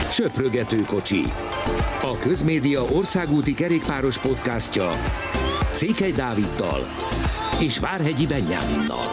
Söprögető kocsi. A Közmédia országúti kerékpáros podcastja Székely Dáviddal és Várhegyi Benyáminnal.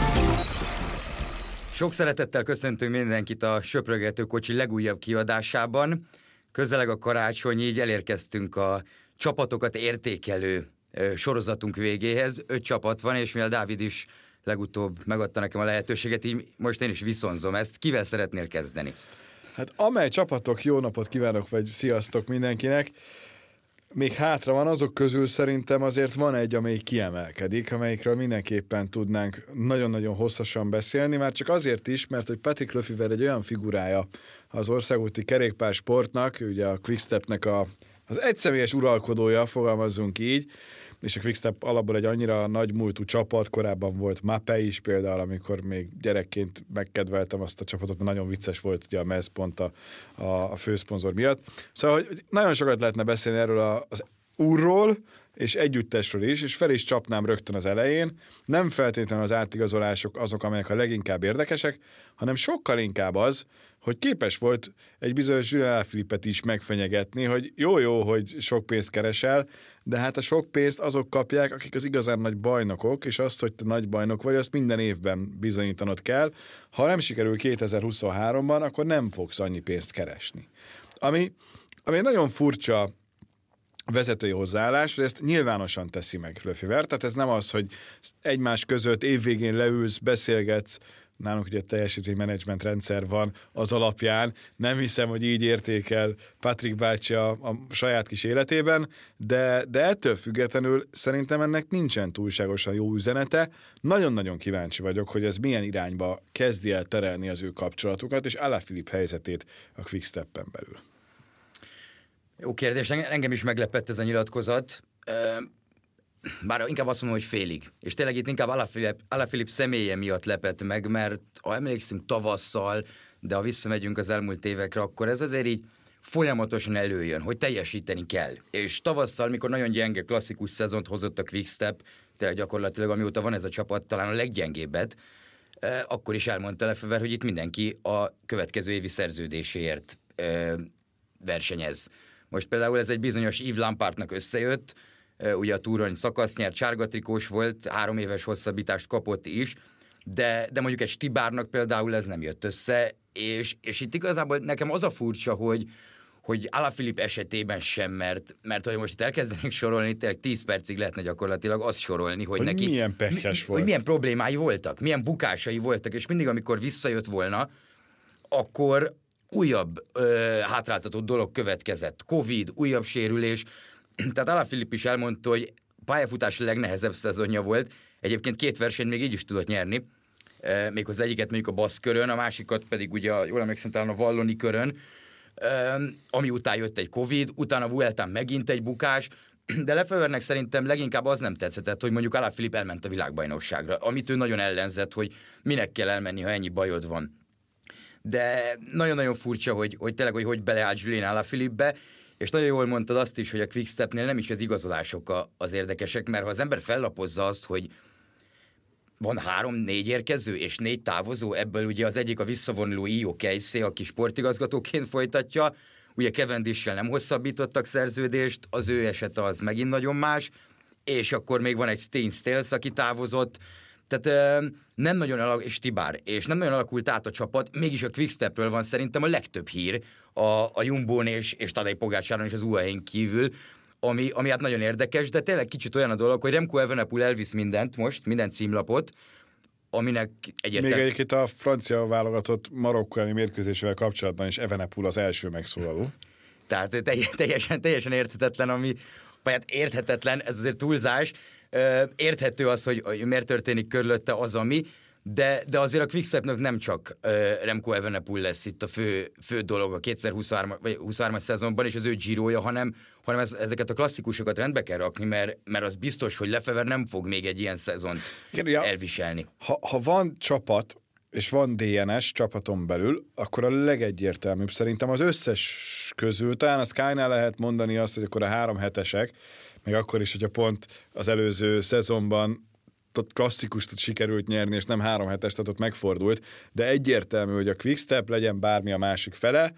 Sok szeretettel köszöntünk mindenkit a Söprögető kocsi legújabb kiadásában. Közeleg a karácsony, így elérkeztünk a csapatokat értékelő sorozatunk végéhez. 5 csapat van, és mivel Dávid is legutóbb megadta nekem a lehetőséget, így most én is viszonzom ezt. Kivel szeretnél kezdeni? Hát amely csapatok, jó napot kívánok, vagy sziasztok mindenkinek, még hátra van, azok közül szerintem azért van egy, amelyik kiemelkedik, amelyikről mindenképpen tudnánk nagyon-nagyon hosszasan beszélni, már csak azért is, mert hogy Patrick Lefevere egy olyan figurája az országúti kerékpársportnak, ugye a Quickstepnek az egyszemélyes uralkodója, fogalmazzunk így, és a Quickstep alapból egy annyira nagy múltú csapat, korábban volt Mapei is például, amikor még gyerekként megkedveltem azt a csapatot, mert nagyon vicces volt ugye a MEZ pont a főszponzor miatt. Szóval hogy nagyon sokat lehetne beszélni erről az úrról, és együttesről is, és fel is csapnám rögtön az elején. Nem feltétlenül az átigazolások azok, amelyek a leginkább érdekesek, hanem sokkal inkább az, hogy képes volt egy bizonyos Julian Alaphilippet is megfenyegetni, hogy jó, hogy sok pénzt keresel, de hát a sok pénzt azok kapják, akik az igazán nagy bajnokok, és azt, hogy te nagy bajnok vagy, azt minden évben bizonyítanod kell. Ha nem sikerül 2023-ban, akkor nem fogsz annyi pénzt keresni. Ami egy nagyon furcsa vezetői hozzáállás, hogy ezt nyilvánosan teszi meg Lefevere, tehát ez nem az, hogy egymás között évvégén leülsz, beszélgetsz, nálunk ugye teljesítménymenedzsment rendszer van az alapján, nem hiszem, hogy így értékel Patrick bácsi a saját kis életében, de ettől függetlenül szerintem ennek nincsen túlságosan jó üzenete. Nagyon-nagyon kíváncsi vagyok, hogy ez milyen irányba kezdi el terelni az ő kapcsolatukat, és Alaphilippe helyzetét a Quicksteppen belül. Jó kérdés, engem is meglepett ez a nyilatkozat, bár inkább azt mondom, hogy félig. És tényleg itt inkább Alaphilippe személye miatt lepett meg, mert ha emlékszünk tavasszal, de ha visszamegyünk az elmúlt évekre, akkor ez azért így folyamatosan előjön, hogy teljesíteni kell. És tavasszal, mikor nagyon gyenge klasszikus szezont hozott a Quickstep, tényleg gyakorlatilag amióta van ez a csapat, talán a leggyengébbet, akkor is elmondta Lefevere, hogy itt mindenki a következő évi szerződéséért versenyez. Most például ez egy bizonyos Yves Lampartnak összejött, ugye a túron szakasz nyert, sárgatrikós volt, 3 éves hosszabbítást kapott is, de mondjuk egy Stibárnak például ez nem jött össze, és itt igazából nekem az a furcsa, hogy Alaphilippe esetében sem, mert hogy most itt elkezdenénk sorolni, tényleg 10 percig lehetne gyakorlatilag azt sorolni, hogy neki milyen pekhes volt. Hogy milyen problémái voltak, milyen bukásai voltak, és mindig, amikor visszajött volna, akkor újabb hátráltató dolog következett. Covid, újabb sérülés. Tehát Alaphilippe is elmondta, hogy pályafutás legnehezebb szezonja volt. Egyébként 2 versenyt még így is tudott nyerni. Még az egyiket mondjuk a Basque körön, a másikat pedig ugye, jól emlékszem, talán a Valloni körön, ami után jött egy Covid, utána Vueltán megint egy bukás, de Lefevernek szerintem leginkább az nem tetszett, hogy mondjuk Alaphilippe elment a világbajnokságra, amit ő nagyon ellenzett, hogy minek kell elmenni, ha ennyi bajod van. De nagyon-nagyon furcsa, hogy tényleg, hogy beleállt Julian Alaphilippe-be, és nagyon jól mondtad azt is, hogy a Quickstepnél nem is az igazolások az érdekesek, mert ha az ember fellapozza azt, hogy van 3-4 érkező és 4 távozó, ebből ugye az egyik a visszavonuló Io Keisei, aki sportigazgatóként folytatja, ugye Cavendissel nem hosszabbítottak szerződést, az ő esete az megint nagyon más, és akkor még van egy Steen Stales, aki távozott, tehát nem nagyon és Tibár, és nem nagyon alakult át a csapat, mégis a Quickstepről van szerintem a legtöbb hír a Jumbón és Tadej Pogácsáron és az UAE-n kívül, ami hát nagyon érdekes, de tényleg kicsit olyan a dolog, hogy Remco Evenepoel elvisz minden címlapot, aminek egyértelműen... Még egyébként a francia válogatott marokkói mérkőzésével kapcsolatban is Evenepoel az első megszólaló. Tehát teljesen érthetetlen, vagy hát érthetetlen, ez azért túlzás, érthető az, hogy miért történik körülötte az, ami, de azért a Quickstepnek nem csak Remco Evenepoel lesz itt a fő dolog a 2023-as szezonban, és az ő Giroja, hanem ezeket a klasszikusokat rendbe kell rakni, mert az biztos, hogy Lefevere nem fog még egy ilyen szezont elviselni. Ha van csapat, és van DNS csapaton belül, akkor a legegyértelműbb szerintem az összes közül, talán a Sky-nál lehet mondani azt, hogy akkor a 3 hetesek, meg akkor is, hogyha pont az előző szezonban klasszikust sikerült nyerni, és nem 3 hetes, tehát ott megfordult, de egyértelmű, hogy a Quickstep legyen bármi a másik fele,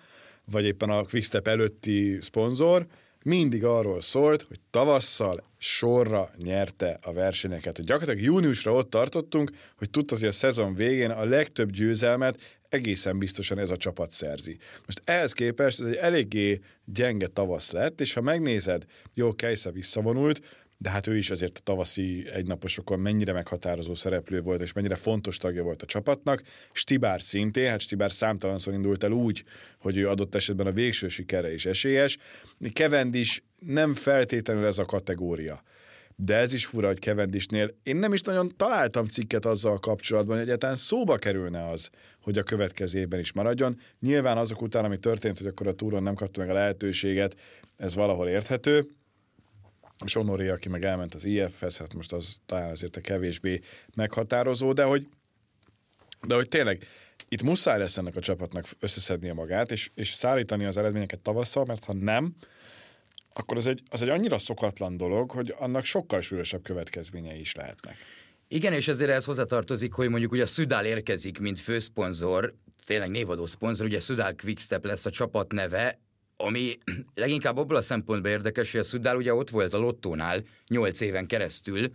vagy éppen a Quickstep előtti szponzor, mindig arról szólt, hogy tavasszal sorra nyerte a versenyeket. Hogy gyakorlatilag júniusra ott tartottunk, hogy tudtad, hogy a szezon végén a legtöbb győzelmet egészen biztosan ez a csapat szerzi. Most ehhez képest ez egy eléggé gyenge tavasz lett, és ha megnézed, jó, Kejsze visszavonult, de hát ő is azért a tavaszi egynaposokon mennyire meghatározó szereplő volt, és mennyire fontos tagja volt a csapatnak. Stibár szintén, hát Stibár számtalanszor indult el úgy, hogy ő adott esetben a végső sikerre is esélyes. Cavendish nem feltétlenül ez a kategória. De ez is fura, hogy Cavendishnél én nem is nagyon találtam cikket azzal kapcsolatban, hogy egyáltalán szóba kerülne az, hogy a következő évben is maradjon. Nyilván azok után, ami történt, hogy akkor a túron nem kapta meg a lehetőséget, ez valahol érthető. És Honoré, aki meg elment az IF-hez, hát most az talán azért a kevésbé meghatározó, de hogy tényleg itt muszáj lesz ennek a csapatnak összeszednie magát, és szállítani az eredményeket tavasszal, mert ha nem, akkor az egy annyira szokatlan dolog, hogy annak sokkal súlyosabb következményei is lehetnek. Igen, és ezért ez hozzátartozik, hogy mondjuk ugye a Sudal érkezik, mint főszponzor, tényleg névadó szponzor, ugye Sudal Quickstep lesz a csapat neve, ami leginkább abból a szempontból érdekes, hogy a Sudal ugye ott volt a Lottónál 8 éven keresztül,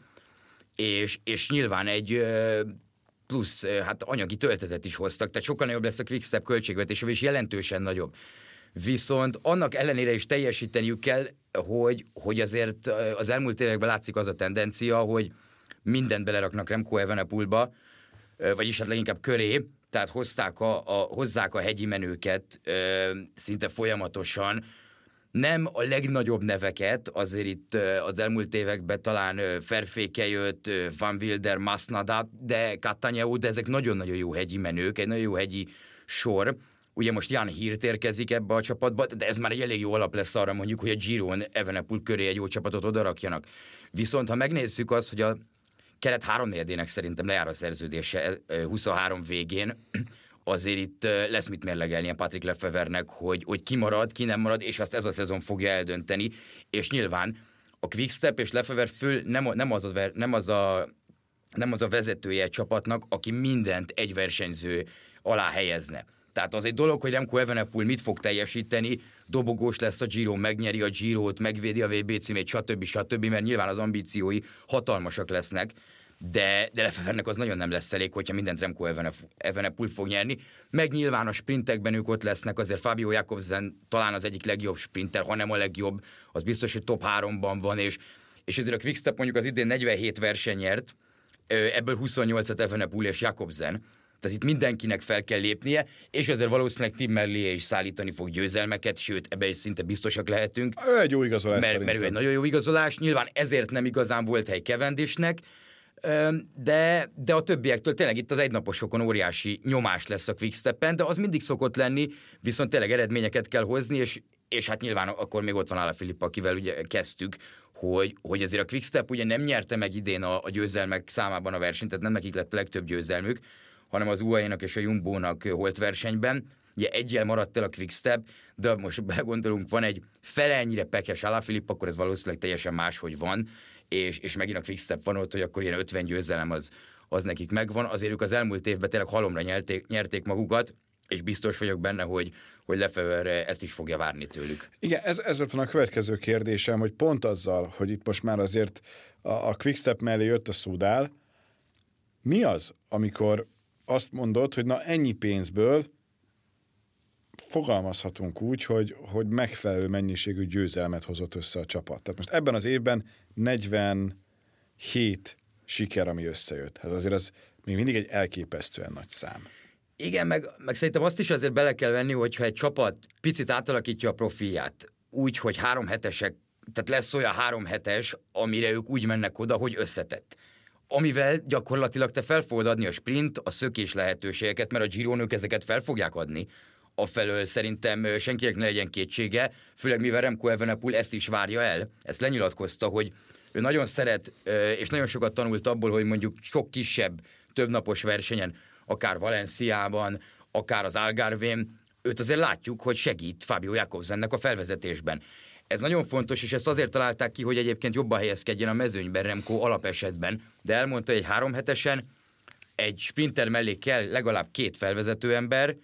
és nyilván egy plusz hát anyagi töltetet is hoztak, tehát sokkal nagyobb lesz a Quickstep költségvetése, és jelentősen nagyobb. Viszont annak ellenére is teljesíteniük kell, hogy azért az elmúlt években látszik az a tendencia, hogy mindent beleraknak Remco Evenepoelba, vagyis hát leginkább köré, tehát hozzák a hegyi menőket szinte folyamatosan. Nem a legnagyobb neveket, azért itt az elmúlt években talán Verfeke jött, Van Wilder, Masnada, de Cattaneo, de ezek nagyon-nagyon jó hegyi menők, egy nagyon jó hegyi sor. Ugye most Jan Hirt érkezik ebbe a csapatba, de ez már egy elég jó alap lesz arra mondjuk, hogy a Giron Evenepoel köré egy jó csapatot odarakjanak. Viszont ha megnézzük azt, hogy a keret 3/4-ének szerintem lejár a szerződése 23 végén, azért itt lesz mit mérlegelni a Patrick Lefevernek, hogy ki marad, ki nem marad, és azt ez a szezon fogja eldönteni, és nyilván a Quickstep és Lefever nem az a vezetője egy csapatnak, aki mindent egy versenyző alá helyezne. Tehát az egy dolog, hogy Remco Evenepoel mit fog teljesíteni, dobogós lesz a Giro, megnyeri a Girót, megvédi a VB címét, stb., mert nyilván az ambíciói hatalmasak lesznek, de Lefevernek az nagyon nem lesz elég, hogyha mindent Remco Evenepoel fog nyerni. Meg nyilván a sprintekben ők ott lesznek, azért Fabio Jakobsen talán az egyik legjobb sprinter, ha nem a legjobb, az biztos, hogy top 3-ban van, és ezért a Quickstep mondjuk az idén 47 verseny nyert, ebből 28-at Evenepoel és Jakobsen, tehát itt mindenkinek fel kell lépnie, és ezért valószínűleg Tim Merlier is szállítani fog győzelmeket, sőt, ebben is szinte biztosak lehetünk. Ő egy jó igazolás mert ő egy nagyon jó igazolás, nyilván ezért nem igazán volt hely Cavendishnek, de a többiektől tényleg itt az egynaposokon óriási nyomás lesz a Quickstepen, de az mindig szokott lenni, viszont tényleg eredményeket kell hozni, és hát nyilván akkor még ott van Alaphilippe, akivel ugye kezdtük, hogy azért a Quickstep ugye nem nyerte meg idén a győzelmek számában a versenyt, tehát nem nekik lett a legtöbb győzelmük, hanem az UAE-nak és a Jumbo-nak holt versenyben. Ugye egyel maradt el a Quickstep, de most belegondolunk, van egy fele ennyire pekes Alaphilippe, akkor ez valószínűleg teljesen máshogy van, és megint a Quickstep van ott, hogy akkor ilyen 50 győzelem az nekik megvan. Azért ők az elmúlt évben tényleg halomra nyerték magukat, és biztos vagyok benne, hogy Lefever ezt is fogja várni tőlük. Igen, ez lett volna a következő kérdésem, hogy pont azzal, hogy itt most már azért a Quickstep mellé jött a Sudal, mi az, amikor azt mondod, hogy na ennyi pénzből fogalmazhatunk úgy, hogy megfelelő mennyiségű győzelmet hozott össze a csapat. Tehát most ebben az évben 47 siker, ami összejött. Hát azért az még mindig egy elképesztően nagy szám. Igen, meg szerintem azt is azért bele kell venni, hogyha egy csapat picit átalakítja a profilját, úgy, hogy 3 hetesek, tehát lesz olyan 3 hetes, amire ők úgy mennek oda, hogy összetett. Amivel gyakorlatilag te fel fogod adni a sprint, a szökés lehetőségeket, mert a Giron ők ezeket fel fogják adni. Afelől szerintem senkinek ne legyen kétsége, főleg mivel Remco Evenepoel ezt is várja el. Ezt lenyilatkozta, hogy ő nagyon szeret, és nagyon sokat tanult abból, hogy mondjuk sok kisebb, többnapos versenyen, akár Valenciában, akár az Algarvén, őt azért látjuk, hogy segít Fabio Jakobsennek a felvezetésben. Ez nagyon fontos, és ezt azért találták ki, hogy egyébként jobban helyezkedjen a mezőnyben Remco alapesetben, de elmondta, hogy egy 3 hetesen egy sprinter mellé kell legalább 2 felvezető ember,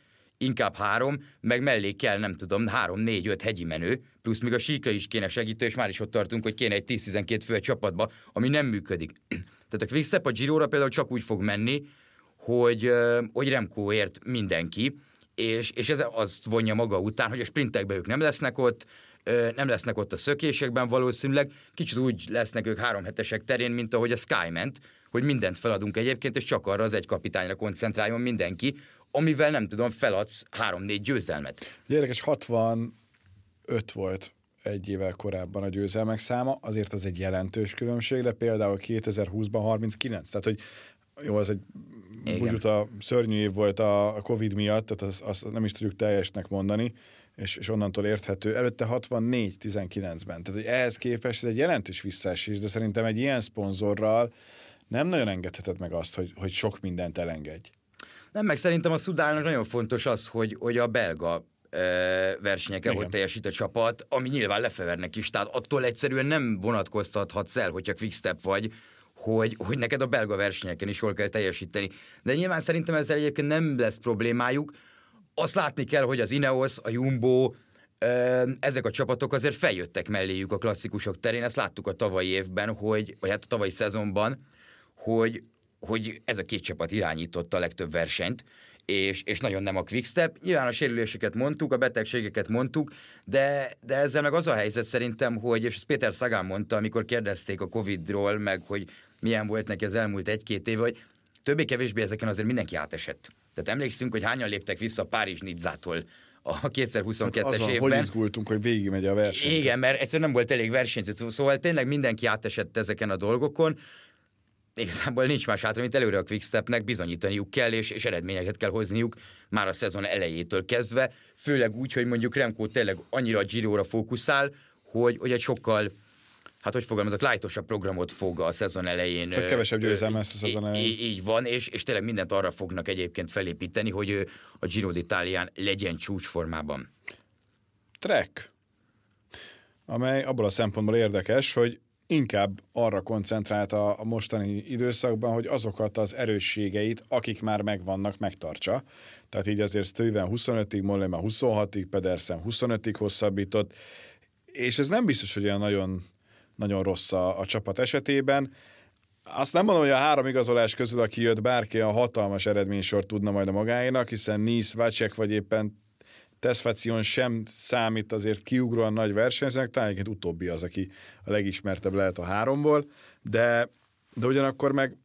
inkább 3, meg mellé kell, nem tudom, 3-4-5 hegyi menő, plusz még a síkra is kéne segítő, és már is ott tartunk, hogy kéne egy 10-12 fő a csapatba, ami nem működik. Tehát a Quickstep a Giróra például csak úgy fog menni, hogy Remcoért mindenki, és ez azt vonja maga után, hogy a sprintekben ők nem lesznek ott a szökésekben valószínűleg, kicsit úgy lesznek ők 3 hetesek terén, mint ahogy a Sky ment, hogy mindent feladunk egyébként, és csak arra az egy kapitányra koncentráljon mindenki, amivel nem tudom, feladsz 3-4 győzelmet. Érdekes, 65 volt egy évvel korábban a győzelmek száma, azért az egy jelentős különbség, de például 2020-ban 39, tehát hogy jó, az egy bugyuta szörnyű év volt a Covid miatt, tehát azt nem is tudjuk teljesnek mondani, és onnantól érthető. Előtte 64-19-ben, tehát hogy ehhez képest ez egy jelentős visszaesés, de szerintem egy ilyen szponzorral nem nagyon engedheted meg azt, hogy sok mindent elengedj. Nem, meg szerintem a Soudalnak nagyon fontos az, hogy a belga versenyeken, hogy teljesít a csapat, ami nyilván lefevernek is, tehát attól egyszerűen nem vonatkoztathatsz el, hogyha Quickstep vagy, hogy neked a belga versenyeken is hol kell teljesíteni. De nyilván szerintem ezzel egyébként nem lesz problémájuk. Azt látni kell, hogy az Ineos, a Jumbo, ezek a csapatok azért feljöttek melléjük a klasszikusok terén, ezt láttuk a tavalyi évben, vagy hát a tavalyi szezonban, hogy ez a két csapat irányította a legtöbb versenyt, és nagyon nem a Quickstep. Nyilván a sérüléseket mondtuk, a betegségeket mondtuk, de ezzel meg az a helyzet szerintem, hogy, és ezt Péter Sagan mondta, amikor kérdezték a Covid-ról, meg hogy milyen volt neki az elmúlt 1-2 év, hogy többé-kevésbé ezeken azért mindenki átesett. Tehát emlékszünk, hogy hányan léptek vissza Párizs-Nizzától a 2022-es évben. Hogy izgultunk, hogy végigmegy a verseny. Igen, mert egyszerűen nem volt elég versenyző. Szóval tényleg mindenki átesett ezeken a dolgokon. Igazából nincs más hátra, mint előre a Quickstepnek bizonyítaniuk kell, és eredményeket kell hozniuk már a szezon elejétől kezdve, főleg úgy, hogy mondjuk Remco tényleg annyira a Giróra fókuszál, hogy egy sokkal, hát hogy fogalmazok, lightosabb programot fog a szezon elején. Hogy kevesebb győzelme lesz a szezon elején. Így van, és tényleg mindent arra fognak egyébként felépíteni, hogy a Giro d'Italián legyen csúcsformában. Trek, amely abból a szempontból érdekes, hogy inkább arra koncentrált a mostani időszakban, hogy azokat az erősségeit, akik már megvannak, megtartsa. Tehát így azért Stuyven 25-ig, Mollema 26-ig, Pedersen 25-ig hosszabbított, és ez nem biztos, hogy olyan nagyon, nagyon rossz a csapat esetében. Azt nem mondom, hogy a 3 igazolás közül, aki jött, bárki a hatalmas eredménysort tudna majd a magáénak, hiszen Nice, Vacek vagy éppen Tesfacion sem számít azért kiugróan nagy versenyzőnek, talán egyébként utóbbi az, aki a legismertebb lehet a 3-ból, de ugyanakkor meg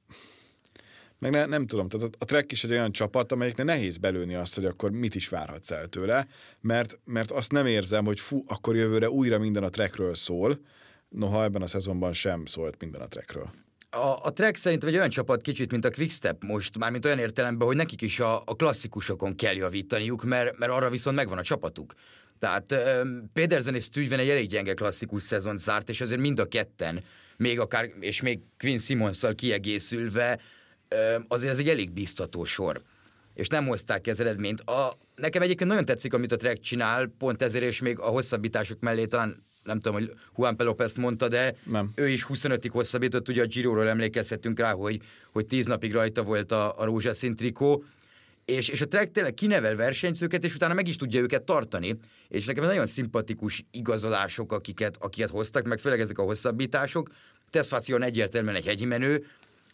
nem tudom, tehát a Trek is egy olyan csapat, amelyiknek nehéz belőni azt, hogy akkor mit is várhatsz el tőle, mert azt nem érzem, hogy akkor jövőre újra minden a Trekről szól, noha ebben a szezonban sem szólt minden a Trekről. A Trek szerintem egy olyan csapat kicsit, mint a Quickstep most, mármint olyan értelemben, hogy nekik is a klasszikusokon kell javítaniuk, mert arra viszont megvan a csapatuk. Tehát Pedersen és Stuyven egy elég gyenge klasszikus szezon zárt, és azért mind a ketten, és még Quinn Simonsszal kiegészülve, azért ez egy elég biztató sor. És nem hozták ki az eredményt. Nekem egyébként nagyon tetszik, amit a Trek csinál, pont ezért, és még a hosszabbítások mellé talán nem tudom, hogy Juan Pelopez mondta, de nem. Ő is 25-ig hosszabbított, ugye a Giróról emlékezhetünk rá, hogy 10 napig rajta volt a rózsaszín trikó, és a Trek tényleg kinevel versenyzőket, és utána meg is tudja őket tartani, és nekem nagyon szimpatikus igazolások, akiket hoztak, meg főleg ezek a hosszabbítások. Tesfacion egyértelműen egy hegyi menő,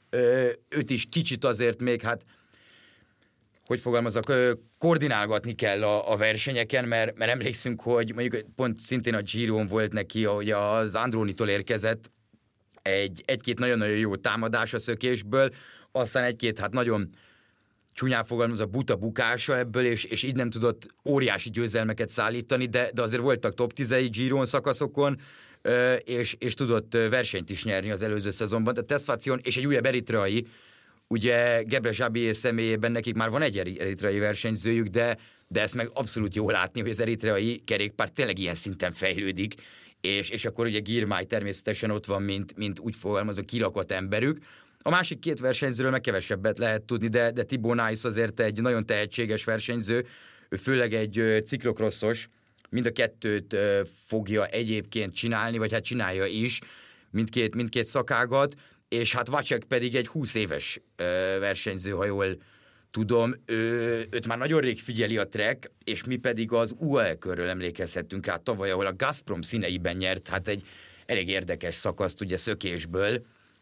őt is kicsit azért még, hát hogy fogalmazok, koordinálgatni kell a versenyeken, mert emlékszünk, hogy mondjuk pont szintén a Giron volt neki, hogy az Andronitól érkezett egy-két nagyon-nagyon jó támadás a szökésből, aztán egy-két hát nagyon csúnyán fogalmaz a buta bukása ebből, és így nem tudott óriási győzelmeket szállítani, de azért voltak top 10-i Giron szakaszokon, és tudott versenyt is nyerni az előző szezonban. Tehát Tesfacion és egy újabb eritreai, ugye Gebre Jabbier személyében nekik már van egy eritreai versenyzőjük, de ezt meg abszolút jó látni, hogy az eritreai kerékpár tényleg ilyen szinten fejlődik, és akkor ugye Girmay természetesen ott van, mint úgy fogalmazó kirakott emberük. A másik 2 versenyzőről meg kevesebbet lehet tudni, de Thibaut Nice azért egy nagyon tehetséges versenyző, ő főleg egy ciklokrosszos, mind a 2 fogja egyébként csinálni, vagy hát csinálja is, mindkét szakágat, és hát Vacek pedig egy 20 éves versenyző, ha jól tudom, őt már nagyon rég figyeli a Trek, és mi pedig az UAE körről emlékezhettünk rá tavaly, ahol a Gazprom színeiben nyert, hát egy elég érdekes szakaszt ugye szökésből.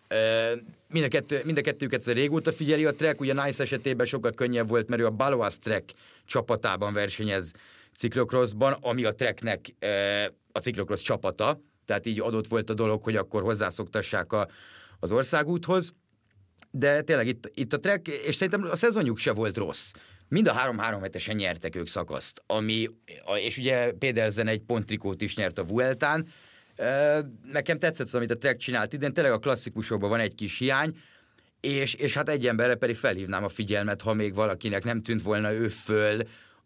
Mind a kettőket régóta figyeli a Trek, ugye Nice esetében sokkal könnyebb volt, mert ő a Baloise Trek csapatában versenyez ciklokroszban, ami a Treknek a ciklokrosz csapata, tehát így adott volt a dolog, hogy akkor hozzászoktassák az országúthoz. De tényleg itt a Trek, és szerintem a szezonjuk se volt rossz. Mind a 3-3 hetesen nyertek ők szakaszt, és ugye Pedersen egy ponttrikót is nyert a Vueltán. Nekem tetszett, amit a Trek csinált idén, tényleg a klasszikusokban van egy kis hiány, és hát egy emberre pedig felhívnám a figyelmet, ha még valakinek nem tűnt volna ő föl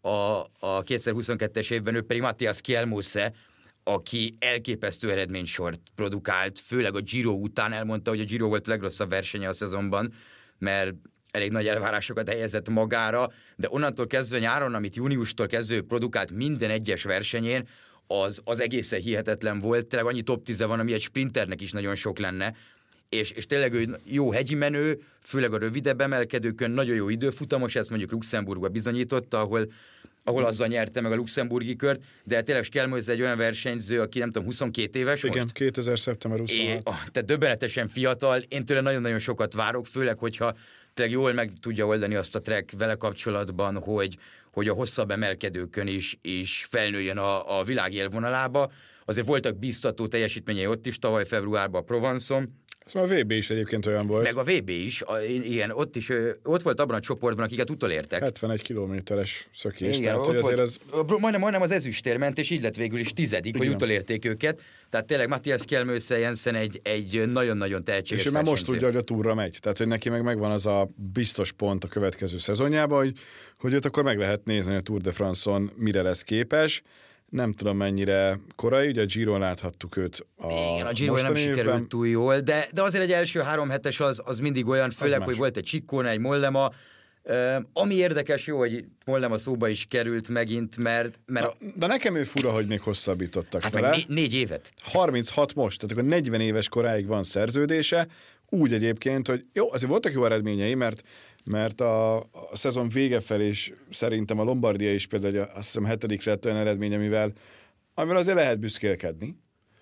a 2022-es évben, ő pedig Matthias Kjelmose, aki elképesztő eredménysort produkált, főleg a Giro után. Elmondta, hogy a Giro volt a legrosszabb versenye a szezonban, mert elég nagy elvárásokat helyezett magára, de onnantól kezdve nyáron, amit júniustól kezdve produkált minden egyes versenyén, az egészen hihetetlen volt. Tényleg annyi top 10 van, ami egy sprinternek is nagyon sok lenne, és tényleg ő jó hegyi menő, főleg a rövidebb emelkedőkön, nagyon jó időfutamos, ezt mondjuk Luxemburgban bizonyította, ahol azzal nyerte meg a luxemburgi kört, de tényleg Kjelmose egy olyan versenyző, aki nem tudom, 22 éves igen, most. 2000. szeptember 26. Tehát döbbenetesen fiatal, én tőle nagyon-nagyon sokat várok, főleg, hogyha tényleg jól meg tudja oldani azt a Trek vele kapcsolatban, hogy a hosszabb emelkedőkön is felnőjön a világ élvonalába. Azért voltak bíztató teljesítményei ott is, tavaly februárban a Provence-on. Szóval a VB is egyébként olyan volt. Meg a VB is, igen, ott volt abban a csoportban, akiket utolértek. 71 kilométeres szökés. Igen, tehát, ott volt, majdnem az ezüsttér ment, és így lett végül is 10., hogy utolérték őket. Tehát tényleg Matthias Kjelmose Jensen egy nagyon-nagyon tehetséges. És ő már most tudja, hogy a túra megy. Tehát, hogy neki megvan az a biztos pont a következő szezonjában, hogy őt akkor meg lehet nézni a Tour de France-on, mire lesz képes. Nem tudom mennyire korai, ugye a Giron láthattuk őt igen, a Giron nem sikerült túl jól, de azért egy első 3 hetes az mindig olyan, főleg, hogy volt egy Ciccone, egy Mollema. Ami érdekes, jó, hogy Mollema szóba is került megint, mert de nekem ő fura, hogy még hosszabbítottak vele. Hát 4 évet. 36 most, tehát akkor 40 éves koráig van szerződése, úgy egyébként, hogy jó, azért voltak jó eredményei, mert a szezon vége felé is szerintem a Lombardia is például azt hiszem 7. lett olyan eredmény, amivel azért lehet büszkélkedni.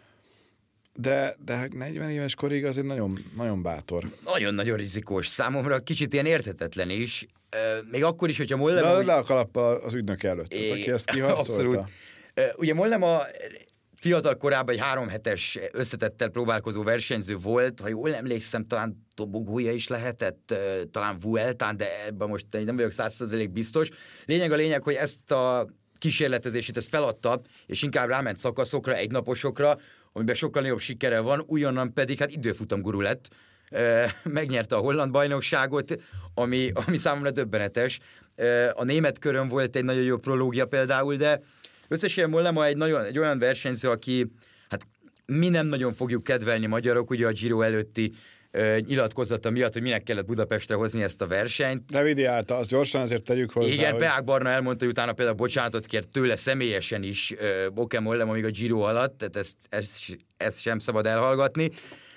De 40 éves korig azért nagyon, nagyon bátor. Nagyon-nagyon rizikós. Számomra kicsit ilyen érthetetlen is. Még akkor is, hogyha Mollema... De le a kalappal az ügynök előtt, aki ezt kiharcolta. Abszolút. Ugye Mollema fiatal korában egy 3 hetes összetettel próbálkozó versenyző volt, ha jól emlékszem, talán Tobogója is lehetett, talán Vueltán, de ebben most nem vagyok 100% biztos. Lényeg, hogy ezt a kísérletezését ezt feladta, és inkább ráment szakaszokra, egynaposokra, amiben sokkal nagyobb sikere van, újonnan pedig hát időfutamguru lett. Megnyerte a holland bajnokságot, ami számomra döbbenetes. A német körön volt egy nagyon jó prológia például, de összesen Mollema egy olyan versenyző, aki, hát mi nem nagyon fogjuk kedvelni magyarok, ugye a Giro előtti nyilatkozata miatt, hogy minek kellett Budapestre hozni ezt a versenyt. Revidiálta, azt gyorsan azért tegyük hozzá. Igen, Beák Barna elmondta, hogy utána például bocsánatot kért tőle személyesen is Bauke Mollema még a Giro alatt, tehát ezt sem szabad elhallgatni.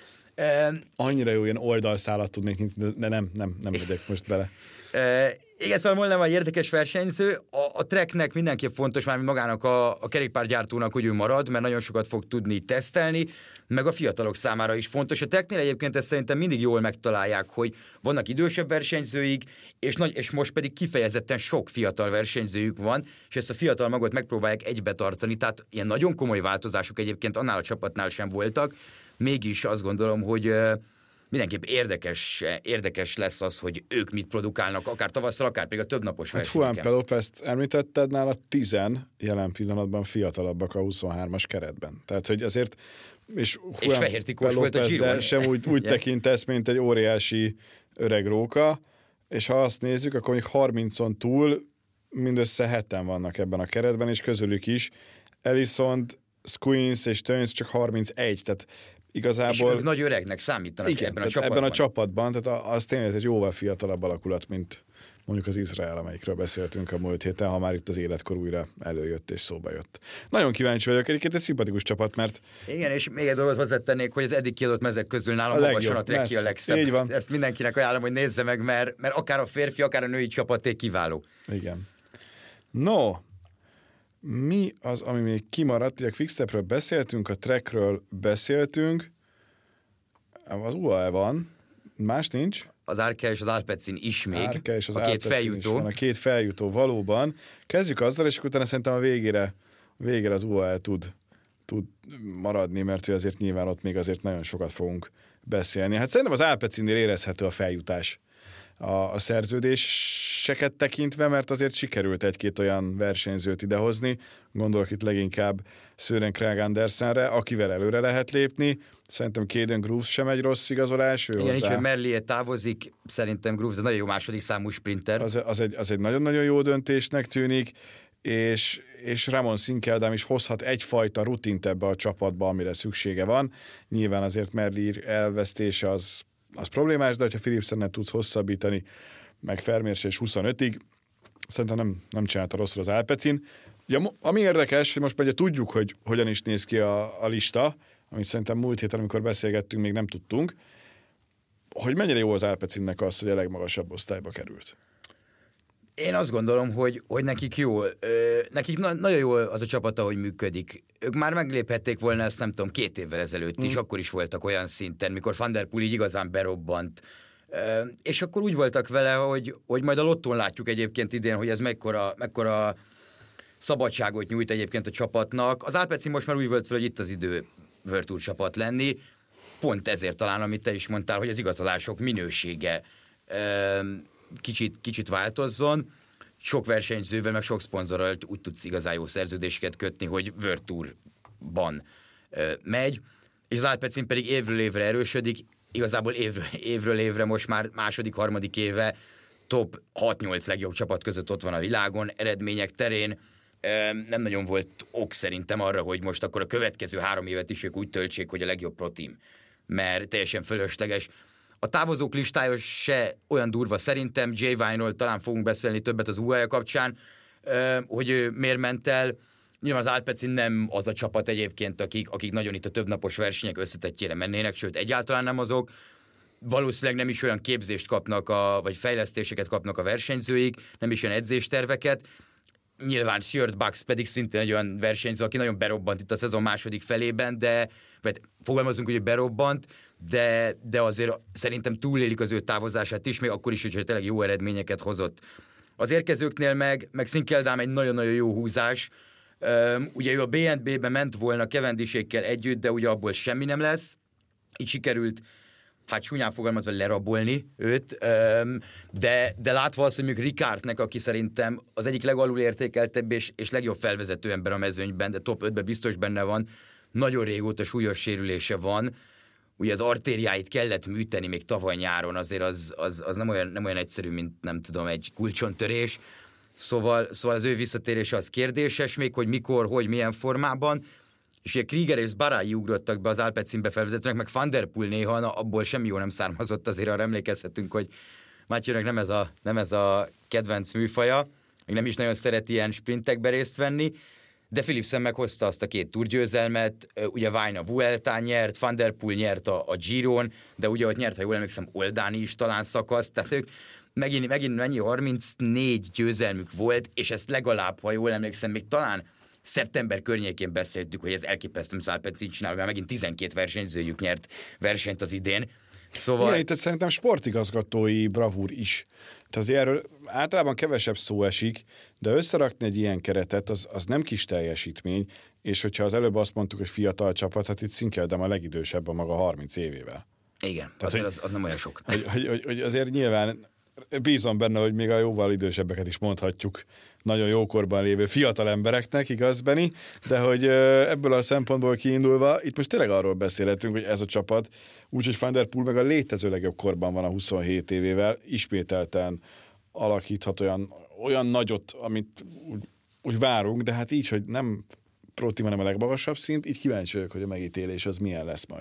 Annyira jó ilyen oldalszálat tudnék, de nem megyek most bele. Igen, szóval Mollema egy érdekes versenyző. A Treknek mindenképp fontos, már magának a kerékpárgyártónak, hogy ő marad, mert nagyon sokat fog tudni tesztelni, meg a fiatalok számára is fontos. A Treknél egyébként ezt szerintem mindig jól megtalálják, hogy vannak idősebb versenyzőik, és most pedig kifejezetten sok fiatal versenyzőjük van, és ezt a fiatal magot megpróbálják egybe tartani, tehát ilyen nagyon komoly változások egyébként annál a csapatnál sem voltak. Mégis azt gondolom, hogy mindenképp érdekes lesz az, hogy ők mit produkálnak, akár tavasszal, akár pedig a többnapos versenyeken. Hát Juan Pelopest említetted, nála 10 jelen pillanatban fiatalabbak a 23-as keretben. Tehát, hogy azért és Fehér Tikós volt a Giron. Sem úgy tekintesz, mint egy óriási öreg róka, és ha azt nézzük, akkor még 30-on túl mindössze 7-en vannak ebben a keretben, és közülük is Ellison, Squeens és Teuns csak 31, tehát igazából... És ők nagy öregnek számítanak igen, ebben a csapatban. Ebben a csapatban, tehát az tényleg ez egy jóval fiatalabb alakulat, mint mondjuk az Izrael, amelyikről beszéltünk a múlt héten, ha már itt az életkor újra előjött és szóba jött. Nagyon kíváncsi vagyok, egyébként egy szimpatikus csapat, mert... Igen, és még egy dolgot hozzátennék, hogy az eddig kiadott mezek közül nálam magasan a Trekkie a legszebb. Így van. Ezt mindenkinek ajánlom, hogy nézze meg, mert akár a férfi, akár a női csapaté kiváló. Igen. No, mi az, ami még kimaradt? Ugye a Quickstepről beszéltünk, a Trekről beszéltünk, az UAE van, más nincs. Az Arkea és az Alpecin is még, Arkea és az a két Alpecin feljutó. van, a két feljutó valóban. Kezdjük azzal, és utána szerintem a végére az UAE tud maradni, mert azért nyilván ott még azért nagyon sokat fogunk beszélni. Hát szerintem az Alpecinnél érezhető a feljutás a szerződéseket tekintve, mert azért sikerült egy-két olyan versenyzőt idehozni, gondolok itt leginkább Søren Kragh Andersenre, akivel előre lehet lépni. Szerintem Caden Groves sem egy rossz igazolás. Igen, így, hogy Merlier távozik, szerintem Groves egy nagyon jó második számú sprinter. Az egy nagyon-nagyon jó döntésnek tűnik, és Ramon Sinkeldam is hozhat egyfajta rutint ebbe a csapatba, amire szüksége van. Nyilván azért Merlier elvesztése az problémás, de ha Philipsennel tudsz hosszabbítani, meg Vermeerse és 25-ig, szerintem nem csinálta rosszul az Alpecin. Ugye, ami érdekes, hogy most ugye tudjuk, hogy hogyan is néz ki a lista, amit szerintem múlt héten, amikor beszélgettünk, még nem tudtunk, hogy mennyire jó az Alpecinnek az, hogy a legmagasabb osztályba került. Én azt gondolom, hogy nekik jó. Nekik nagyon jó az a csapat, ahogy működik. Ők már megléphették volna ezt, nem tudom, 2 évvel ezelőtt is, akkor is voltak olyan szinten, mikor Van der Poel így igazán berobbant. És akkor úgy voltak vele, hogy majd a lottón látjuk egyébként idén, hogy ez mekkora szabadságot nyújt egyébként a csapatnak. Az Alpecin most már úgy volt fel, hogy itt az idő World Tour csapat lenni. Pont ezért talán, amit te is mondtál, hogy az igazolások minősége kicsit változzon. Sok versenyzővel, meg sok szponzorral úgy tudsz igazán jó szerződéseket kötni, hogy World Tourban megy, és az Alpecin pedig évről évre erősödik, igazából évről évre most már második-harmadik éve top 6-8 legjobb csapat között ott van a világon, eredmények terén. Nem nagyon volt ok szerintem arra, hogy most akkor a következő 3 évet is ők úgy töltsék, hogy a legjobb pro team, mert teljesen fölösleges. A távozók listája se olyan durva szerintem, Jay Vine-ról talán fogunk beszélni többet az UAE kapcsán, hogy ő miért ment el. Nyilván az Alpecin nem az a csapat egyébként, akik nagyon itt a többnapos versenyek összetettjére mennének, sőt egyáltalán nem azok. Valószínűleg nem is olyan képzést kapnak, vagy fejlesztéseket kapnak a versenyzőik, nem is olyan edzésterveket. Nyilván Stuart Bucks pedig szintén egy olyan versenyző, aki nagyon berobbant itt a szezon második felében, vagy fogalmazunk, hogy berobbant, de azért szerintem túlélik az ő távozását is, még akkor is, hogy tényleg jó eredményeket hozott. Az érkezőknél meg Sinkeldam egy nagyon-nagyon jó húzás. Ugye ő a BNB-be ment volna Cavendishekkel együtt, de ugye abból semmi nem lesz. Így sikerült, hát csúnyán fogalmazva lerabolni őt, de látva azt, hogy mondjuk Ricardnek, aki szerintem az egyik legalul értékeltebb és legjobb felvezető ember a mezőnyben, de top 5-ben biztos benne van, nagyon régóta súlyos sérülése van, ugye az artériáit kellett műteni még tavaly nyáron, azért az nem olyan egyszerű, mint nem tudom, egy kulcsontörés, szóval az ő visszatérése az kérdéses még, hogy mikor, hogy, milyen formában, és ugye Krieger és Barai ugrottak be az Alpecinbe felvezetőnek, meg Van der Poel néha, abból semmi jó nem származott, azért arra emlékezhetünk, hogy Mathieunek nem ez a kedvenc műfaja, még nem is nagyon szeret ilyen sprintekbe részt venni, de Philipsen meghozta azt a 2 túrgyőzelmet, ugye Vine a Vueltán nyert, Van der Poel nyert a Giron, de ugye ott nyert, ha jól emlékszem, Oldáni is talán szakasz, tehát ők megint mennyi 34 győzelmük volt, és ezt legalább, ha jól emlékszem, még talán szeptember környékén beszéltük, hogy ez elképesztő, hogy Alpecin csinál, mert megint 12 versenyzőjük nyert versenyt az idén. Szóval... Igen, itt szerintem sportigazgatói bravúr is. Tehát erről általában kevesebb szó esik, de összerakni egy ilyen keretet, az nem kis teljesítmény, és hogyha az előbb azt mondtuk, hogy fiatal csapat, hát itt Sinkeldam a legidősebb a maga 30 évével. Igen, tehát az nem olyan sok. Hogy azért nyilván bízom benne, hogy még a jóval idősebbeket is mondhatjuk nagyon jókorban lévő fiatal embereknek, igaz, Benni? De hogy ebből a szempontból kiindulva, itt most tényleg arról beszélhetünk, hogy ez a csapat, úgyhogy Van der Poel meg a létező legjobb korban van a 27 évével, ismételten alakíthat olyan nagyot, amit úgy várunk, de hát így, hogy nem pro team, hanem a legmagasabb szint, így kíváncsi vagyok, hogy a megítélés az milyen lesz majd.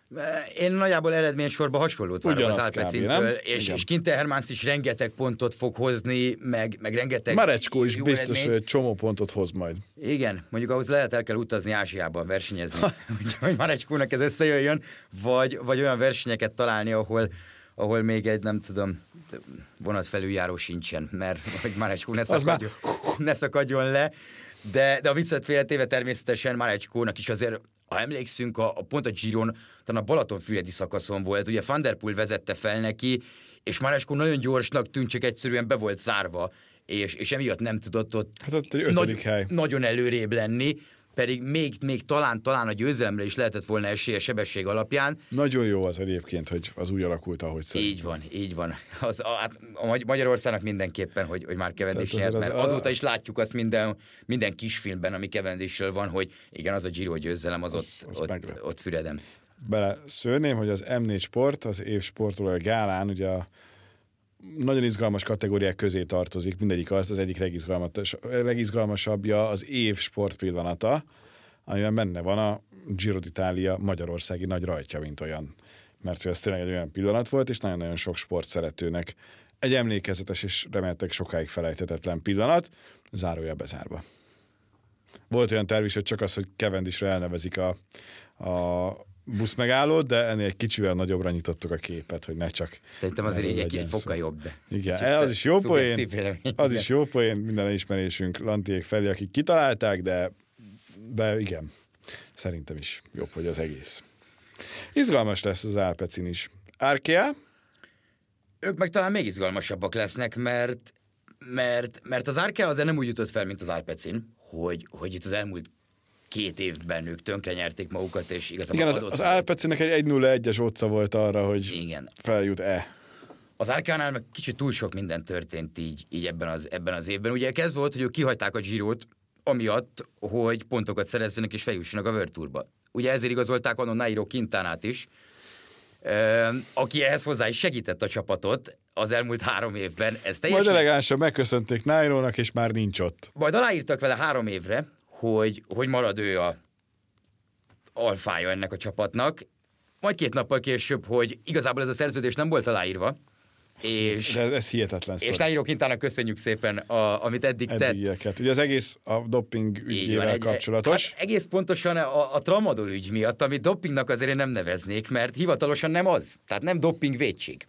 Én nagyjából eredménysorban hasonlót várok az Alpecintől, és Quinten Hermans is rengeteg pontot fog hozni, meg rengeteg... Marecskó is biztos, hogy egy csomó pontot hoz majd. Igen, mondjuk ahhoz lehet el kell utazni Ázsiában versenyezni, hogy Marecskónak ez összejöjjön, vagy olyan versenyeket találni, ahol még egy, nem tudom, vonatfelüljáró sincsen, mert hogy Marecskó ne szakadjon le. De a viccet félretéve természetesen Marecskónak is azért, ha emlékszünk, pont a Giron, talán a Balatonfüredi szakaszon volt, ugye Van der Poel vezette fel neki, és Marecskó nagyon gyorsnak tűnt, csak egyszerűen be volt zárva, és emiatt nem tudott ott nagyon előrébb lenni, pedig még talán a győzelemre is lehetett volna esélye sebesség alapján. Nagyon jó az egyébként, hogy az úgy alakult, ahogy szerintem. Így van. A Magyarországnak mindenképpen, hogy már Cavendish nyert, mert azóta is látjuk azt minden kisfilmben, ami Cavendishről van, hogy igen, az a Giro győzelem, az ott Füreden. Bele szőrném, hogy az M4 Sport, az év sportolója gálán, ugye a nagyon izgalmas kategóriák közé tartozik, mindegyik az egyik legizgalmasabbja az év sportpillanata, amiben benne van a Giro d'Italia magyarországi nagy rajtja, mint olyan. Mert hogy ez tényleg egy olyan pillanat volt, és nagyon-nagyon sok sportszeretőnek egy emlékezetes és remélhetőleg sokáig felejthetetlen pillanat, zárója bezárva. Volt olyan terv is, hogy csak az, hogy Cavendishre elnevezik a buszmegállót, de ennél egy kicsivel nagyobbra nyitottuk a képet, hogy ne csak... Szerintem azért egy fokkal jobb, de... Igen, az is jó poén, is jó poén, minden ismerésünk Lantiék felé, akik kitalálták, de igen, szerintem is jobb, hogy az egész. Izgalmas lesz az Alpecin is. Arkea? Ők meg talán még izgalmasabbak lesznek, mert az Arkea azért nem úgy jutott fel, mint az Alpecin, hogy itt az elmúlt 2 évben ők tönkre nyerték magukat, és igazából igen, az Alpecinnek egy 1-0-1-es óca volt arra, hogy igen. Feljut-e. Az Arkeánál meg kicsit túl sok minden történt így ebben az évben. Ugye kezd volt, hogy ők kihagyták a Girót, amiatt, hogy pontokat szerezzenek és feljussanak a World Tourba. Ugye ezért igazolták anno Nairo Quintanát is, aki ehhez hozzá is segített a csapatot az elmúlt 3 évben. Majd elegánsan megköszönték Nairónak, és már nincs ott. Majd aláírtak vele 3 évre, hogy marad ő a alfája ennek a csapatnak. Majd 2 nappal később, hogy igazából ez a szerződés nem volt aláírva. De ez hihetetlen sztori. És Nairo Quintának köszönjük szépen, amit eddig tett. Ugye az egész a doping ügyével kapcsolatos. Hát egész pontosan a tramadol ügy miatt, amit dopingnak azért én nem neveznék, mert hivatalosan nem az. Tehát nem doping vétség.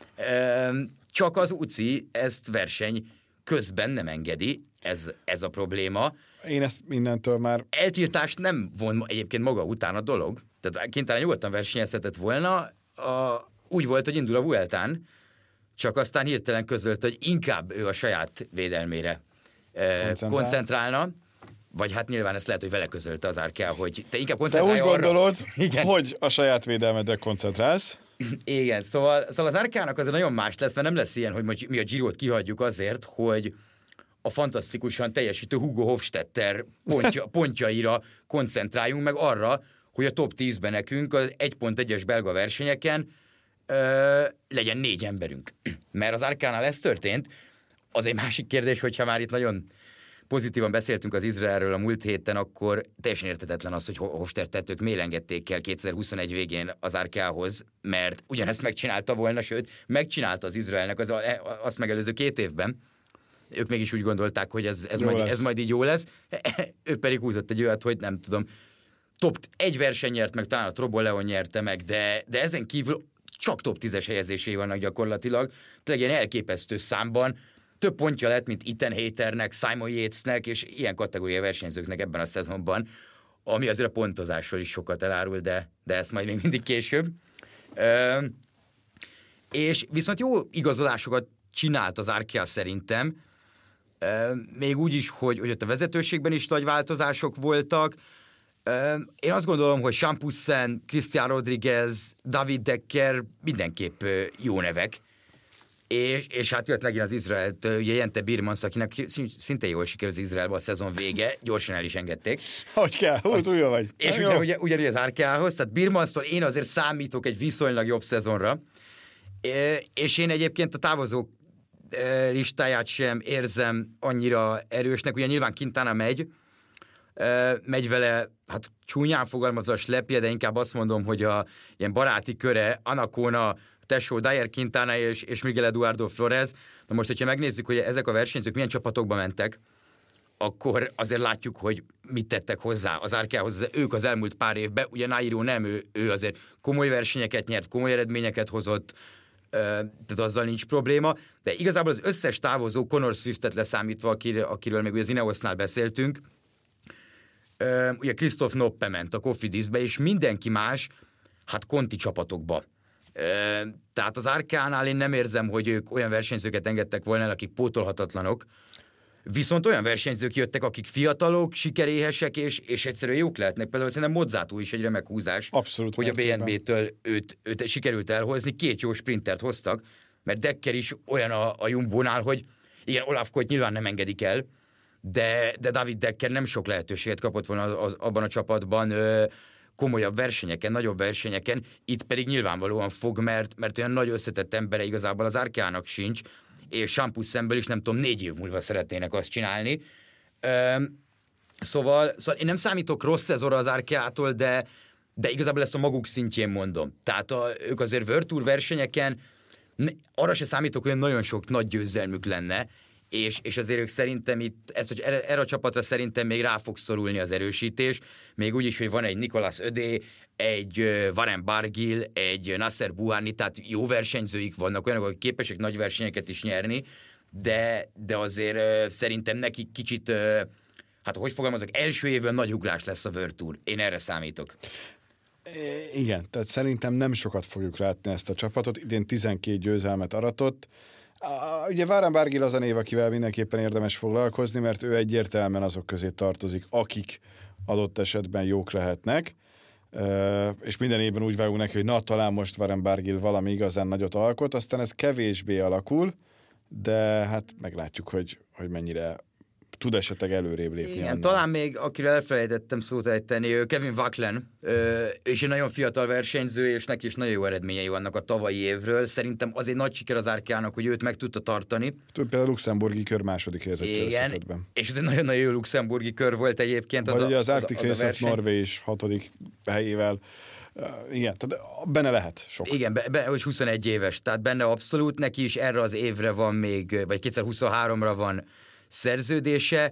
Csak az UCI ezt verseny közben nem engedi. Ez a probléma. Én ezt mindentől már... Eltiltást nem von egyébként maga után a dolog. Tehát Quintana nyugodtan versenyezhetett volna. Úgy volt, hogy indul a Vueltán, csak aztán hirtelen közölt, hogy inkább ő a saját védelmére koncentrálna. Vagy hát nyilván ezt lehet, hogy vele közölte az Arkea, hogy te inkább koncentrálj arra. Te úgy gondolod, hogy a saját védelmedre koncentrálsz? Igen, szóval az Arkeának azért nagyon más lesz, mert nem lesz ilyen, hogy mi a Girót kihagyjuk azért, hogy a fantasztikusan teljesítő Hugo Hofstetter pontjaira koncentráljunk, meg arra, hogy a top 10-ben nekünk az 1.1-es belga versenyeken legyen 4 emberünk. Mert az Arkánál ez történt. Az egy másik kérdés, hogyha már itt nagyon pozitívan beszéltünk az Izraelről a múlt héten, akkor teljesen érthetetlen az, hogy Hofstettet ők mélengedték el 2021 végén az Arkeához, mert ugyanezt megcsinálta volna, sőt, megcsinálta az Izraelnek azt megelőző 2 évben. Ők mégis úgy gondolták, hogy ez majd így jó lesz. Ő pedig húzott egy olyat, hogy nem tudom, top 1 verseny nyert meg, talán a Trobol Leon nyerte meg, de ezen kívül csak top 10-es helyezései vannak gyakorlatilag. Tényleg ilyen elképesztő számban. Több pontja lett, mint Ethan Hayternek, Simon Yatesnek, és ilyen kategóriai versenyzőknek ebben a szezonban, ami azért a pontozásról is sokat elárul, de ezt majd még mindig később. És viszont jó igazolásokat csinált az Arkea szerintem, még úgy is, hogy ott a vezetőségben is nagy változások voltak. Én azt gondolom, hogy Champussen, Christian Rodriguez, David Decker mindenképp jó nevek. És hát jött megint az Izraelt, ugye Jente Birmans, akinek szinte jól sikerült az Izraelben a szezon vége, gyorsan el is engedték. Hogy kell, túlja vagy. És ugyanígy az Arkeához, tehát Birmanstól én azért számítok egy viszonylag jobb szezonra, és én egyébként a távozók listáját sem érzem annyira erősnek, ugye nyilván Quintana megy, megy vele, hát csúnyán fogalmazva slepje, de inkább azt mondom, hogy a ilyen baráti köre, Anacona, Tesó, Dyer Quintana és Miguel Eduardo Flores. Na most, hogyha megnézzük, hogy ezek a versenyzők milyen csapatokba mentek, akkor azért látjuk, hogy mit tettek hozzá az Arkeához. Ők az elmúlt pár évben, ugye Nairo nem, ő azért komoly versenyeket nyert, komoly eredményeket hozott, tehát azzal nincs probléma, de igazából az összes távozó, Connor Swiftet leszámítva, akiről még ugye az Ineosnál beszéltünk, ugye Christoph Noppe ment a Cofidisbe, és mindenki más, hát Conti csapatokba. Tehát az Arkeánál én nem érzem, hogy ők olyan versenyzőket engedtek volna el, akik pótolhatatlanok, viszont olyan versenyzők jöttek, akik fiatalok, sikeréhesek, és egyszerűen jók lehetnek. Például szerintem Mozzátó is egy remek húzás, abszolút, hogy a BNB-től őt sikerült elhozni. 2 jó sprintert hoztak, mert Dekker is olyan a Jumbo-nál, hogy igen, Olaf Koit nyilván nem engedik el, de David Dekker nem sok lehetőséget kapott volna abban a csapatban komolyabb versenyeken, nagyobb versenyeken, itt pedig nyilvánvalóan fog, mert olyan nagy összetett embere igazából az Arkeának sincs, és Champuszemből is nem tudom, 4 év múlva szeretnének azt csinálni. Szóval én nem számítok rossz szezonra az Arkeától, de igazából ezt a maguk szintjén mondom. Tehát ők azért World Tour versenyeken arra se számítok, hogy nagyon sok nagy győzelmük lenne, és azért ők szerintem itt, hogy erre a csapatra szerintem még rá fog szorulni az erősítés, még úgy is, hogy van egy Nicolas Ödé, egy Warren Barguil, egy Nasser Buhani, tehát jó versenyzőik vannak, olyanok, akik képesek nagy versenyeket is nyerni, de azért szerintem nekik kicsit, hát hogy fogalmazok, első évben nagy ugrás lesz a World Tour. Én erre számítok. Igen, tehát szerintem nem sokat fogjuk látni ezt a csapatot. Idén 12 győzelmet aratott. Ugye Warren Barguil az a név, akivel mindenképpen érdemes foglalkozni, mert ő egyértelműen azok közé tartozik, akik adott esetben jók lehetnek, és minden évben úgy vágunk neki, hogy na, talán most Warren Barguil valami igazán nagyot alkot, aztán ez kevésbé alakul, de hát meglátjuk, hogy mennyire tud esetleg előrébb lépni. Igen, talán még, akiről elfelejtettem szót ejteni, Kevin Wacklen, és egy nagyon fiatal versenyző, és neki is nagyon jó eredményei vannak a tavalyi évről. Szerintem az egy nagy siker az Arkeának, hogy őt meg tudta tartani. Például a luxemburgi kör második helyezett összetetben. És ez egy nagyon-nagyon jó luxemburgi kör volt egyébként. Vagy ugye az Arctic Race of Norway is 6. helyével. Igen, tehát benne lehet sok. Igen, hogy 21 éves, tehát benne abszolút, neki is erre az évre van még, vagy 2023-ra van szerződése.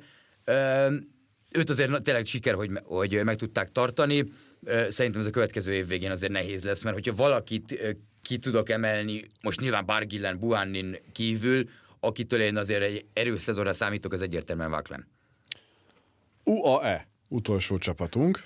Őt azért tényleg siker, hogy meg tudták tartani. Szerintem ez a következő év végén azért nehéz lesz, mert hogyha valakit ki tudok emelni, most nyilván Barguilen, Buhanin kívül, akitől én azért egy erős szezonra számítok, az egyértelműen Wacklen. UAE, utolsó csapatunk.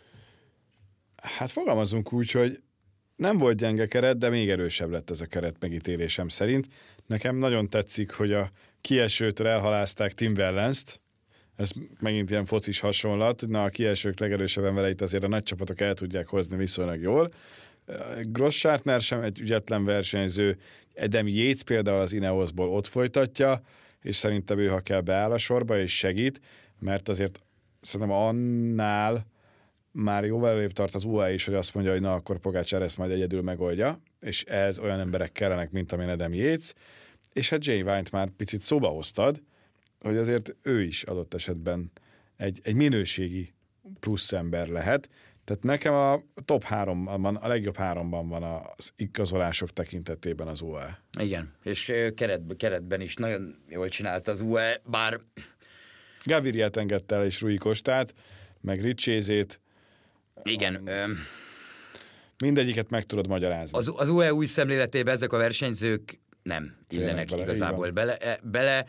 Hát fogalmazunk úgy, hogy nem volt gyenge keret, de még erősebb lett ez a keret megítélésem szerint. Nekem nagyon tetszik, hogy a kiesőtől elhalázták Tim Wellens-t. Ez megint ilyen focis hasonlat. Na, a kiesők legerősebben vele itt azért a nagy csapatok el tudják hozni viszonylag jól. Grosschartner sem egy ügyetlen versenyző. Adam Yates például az Ineosból ott folytatja, és szerintem ő, ha kell, beáll a sorba és segít, mert azért szerintem annál már jóval előbb tart az UAE is, hogy azt mondja, hogy na, akkor Pogačar ezt majd egyedül megoldja, és ez olyan emberek kellenek, mint amilyen Adam Yates, és hát Jay Vine-t már picit szóba hoztad, hogy azért ő is adott esetben egy minőségi plusz ember lehet. Tehát nekem a top 3-ban, a legjobb 3-ban van az igazolások tekintetében az UAE. Igen, és keretben is nagyon jól csinálta az UAE, bár... Gaviriát engedte el, és Rui Costát, meg Richézét. Igen. Mindegyiket meg tudod magyarázni. Az UAE új szemléletében ezek a versenyzők nem illenek igazából bele.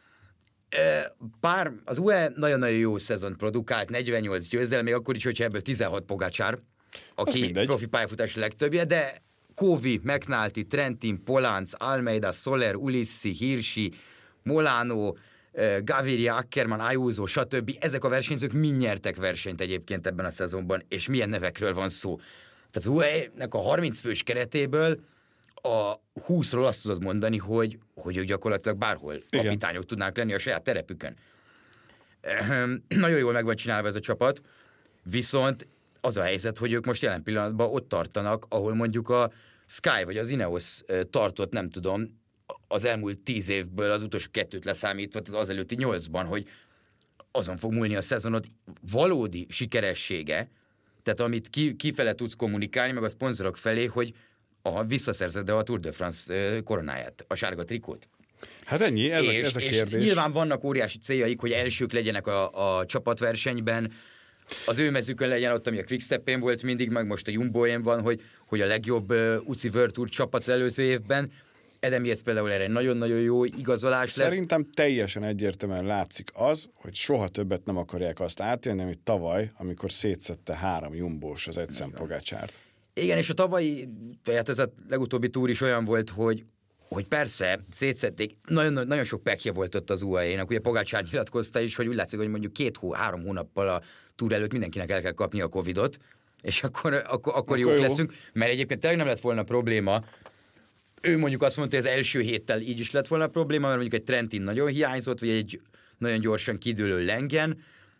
Az UE nagyon-nagyon jó szezont produkált, 48 győzelem, még akkor is, hogyha ebből 16 Pogačar, aki profi pályafutási legtöbbje, de Kovi, McNulty, Trentin, Polánc, Almeida, Soler, Ulissi, Hirschi, Molano, Gaviria, Ackermann, Ayuso, stb. Ezek a versenyzők mind nyertek versenyt egyébként ebben a szezonban, és milyen nevekről van szó. Tehát az UE-nek a 30 fős keretéből a 20-ról azt tudod mondani, hogy ők gyakorlatilag bárhol kapitányok tudnák lenni a saját terepükön. Nagyon jól meg van csinálva ez a csapat, viszont az a helyzet, hogy ők most jelen pillanatban ott tartanak, ahol mondjuk a Sky vagy az Ineos tartott, nem tudom, az elmúlt 10 évből az utolsó 2-t leszámítva, az előtti 8-ban, hogy azon fog múlni a szezonod valódi sikeressége, tehát amit kifele tudsz kommunikálni, meg a szponzorok felé, hogy visszaszerzed a Tour de France koronáját, a sárga trikót. Hát ennyi, ez a kérdés. És nyilván vannak óriási céljaik, hogy elsők legyenek a csapatversenyben, az ő mezükön legyen ott, ami a Quickstep-én volt mindig, meg most a Jumbo-én van, hogy a legjobb UCI World Tour csapat az előző évben. Adam Yates például erre nagyon-nagyon jó igazolás lesz. Szerintem teljesen egyértelműen látszik az, hogy soha többet nem akarják azt átélni, amit tavaly, amikor szétszette 3 jumbós az Edson Pogačárt. Igen, és a tavalyi, tehát ez a legutóbbi túr is olyan volt, hogy persze szétszették, nagyon sok pekje volt ott az UAE-nak. Ugye Pogačár nyilatkozta is, hogy úgy látszik, hogy mondjuk 2-3 hónappal a túr előtt mindenkinek el kell kapni a Covidot, és akkor jók leszünk, mert egyébként tényleg nem lett volna probléma. Ő mondjuk azt mondta, hogy az első héttel így is lett volna probléma, mert mondjuk egy Trentin nagyon hiányzott, vagy egy nagyon gyorsan kidőlő Lengen,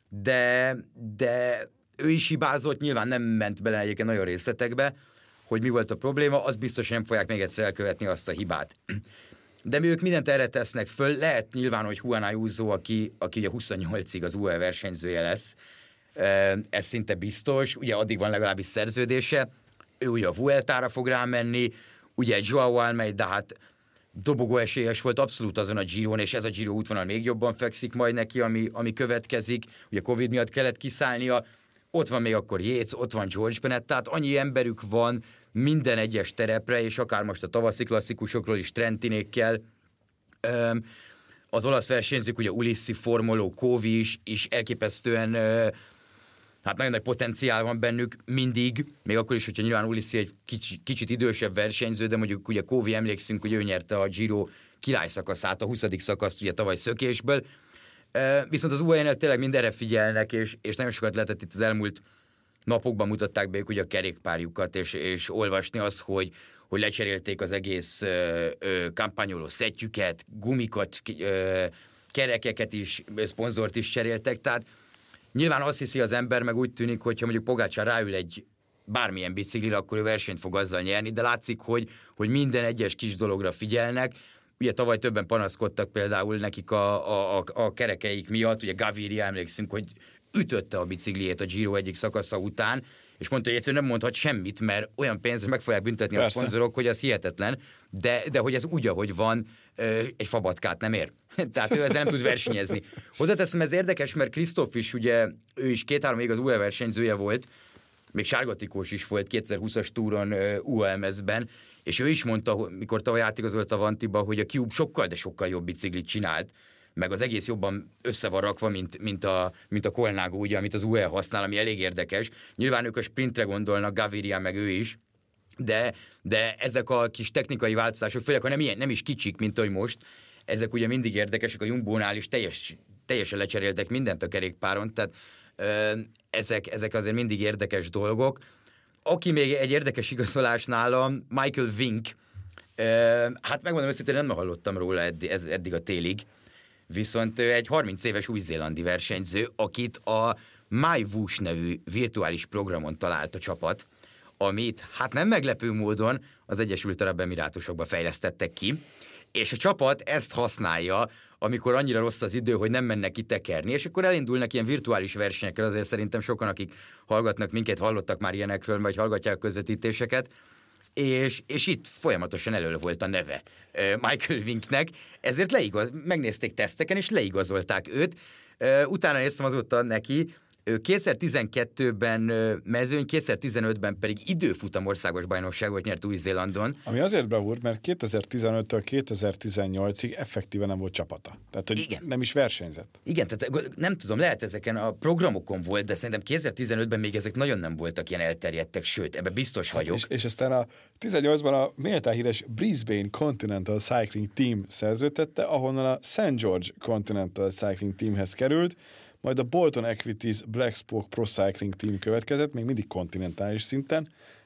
de ő is hibázott, nyilván nem ment bele egyébként nagyon részletekbe, hogy mi volt a probléma, az biztos, hogy nem fogják még egyszer elkövetni azt a hibát. De mi ők mindent erre tesznek föl, lehet nyilván, hogy Juan Ayuso, aki ugye 28-ig az UAE versenyzője lesz, ez szinte biztos, ugye addig van legalábbis szerződése, ő ugye a Vueltára fog rámenni, ugye Joao Almeida, hát dobogó esélyes volt abszolút azon a Giron, és ez a Giro útvonal még jobban fekszik majd neki, ami következik, ugye Covid miatt kellett kiszállnia, ott van még akkor Yates, ott van George Bennett, tehát annyi emberük van minden egyes terepre, és akár most a tavaszi klasszikusokról is Trentinékkel. Az olasz versenyzők, ugye Ulissi, Formolo, Covi is elképesztően, hát nagyon nagy potenciál van bennük mindig, még akkor is, hogyha nyilván Ulissi egy kicsit idősebb versenyző, de mondjuk ugye Covi, emlékszünk, hogy ő nyerte a Giro királyszakaszát, a 20. szakaszt ugye tavaly szökésből. Viszont az UAE-nél tényleg mindenre figyelnek, és nagyon sokat lehetett itt az elmúlt napokban mutatták be ők ugye a kerékpárjukat, és olvasni azt, hogy lecserélték az egész kampányoló szettjüket, gumikat, kerekeket is, szponzort is cseréltek, tehát nyilván azt hiszi az ember, meg úgy tűnik, hogyha mondjuk Pogačar ráül egy bármilyen biciklire, akkor ő versenyt fog azzal nyerni, de látszik, hogy minden egyes kis dologra figyelnek. Ugye tavaly többen panaszkodtak például nekik a kerekeik miatt, ugye Gaviria, emlékszünk, hogy ütötte a bicikliét a Giro egyik szakasza után, és mondta, hogy egyszerűen nem mondhat semmit, mert olyan pénzre meg fogják büntetni a szponzorok, hogy az hihetetlen, de hogy ez úgy, ahogy van, egy fabatkát nem ér. Tehát ő ezzel nem tud versenyezni. Hozzáteszem, ez érdekes, mert Krisztóf is ugye, ő is 2-3 évig az UAE versenyzője volt, még sárgatikós is volt 2020-as túron UAMS-ben, és ő is mondta, mikor tavaly átigazolt a Vantiba, hogy a Cube sokkal, de sokkal jobb biciklit csinált, meg az egész jobban össze van rakva, mint a Colnago, ugye, amit az UAE használ, ami elég érdekes. Nyilván ők a sprintre gondolnak, Gaviria meg ő is, de ezek a kis technikai változások, főleg ha nem is kicsik, mint ahogy most, ezek ugye mindig érdekesek, a Jumbónál is teljesen lecseréltek mindent a kerékpáron, tehát ezek azért mindig érdekes dolgok. Aki még egy érdekes igazolás nálam, Michael Wink, hát megmondom őszintén, nem hallottam róla eddig a télig, viszont egy 30 éves új-zélandi versenyző, akit a MyWoosh nevű virtuális programon talált a csapat, amit hát nem meglepő módon az Egyesült Arab Emirátusokba fejlesztettek ki, és a csapat ezt használja, amikor annyira rossz az idő, hogy nem mennek kitekerni, és akkor elindulnak ilyen virtuális versenyekre, azért szerintem sokan, akik hallgatnak minket, hallottak már ilyenekről, vagy hallgatják a közvetítéseket, és itt folyamatosan elő volt a neve Michael Winknek, ezért megnézték teszteken, és leigazolták őt. Utána néztem azóta neki, 2012-ben mezőny, 2015-ben pedig időfutam országos bajnokságot nyert Új-Zélandon. Ami azért bravúr, mert 2015-től 2018-ig effektíven nem volt csapata. Tehát, hogy igen, nem is versenyzett. Igen, tehát nem tudom, lehet ezeken a programokon volt, de szerintem 2015-ben még ezek nagyon nem voltak ilyen elterjedtek, sőt, ebben biztos vagyok. És aztán a 18-ban a méltán híres Brisbane Continental Cycling Team szerződtette, ahonnan a St. George Continental Cycling Teamhez került, majd a Bolton Equities Black Spoke Pro Cycling Team következett, még mindig kontinentális szinten,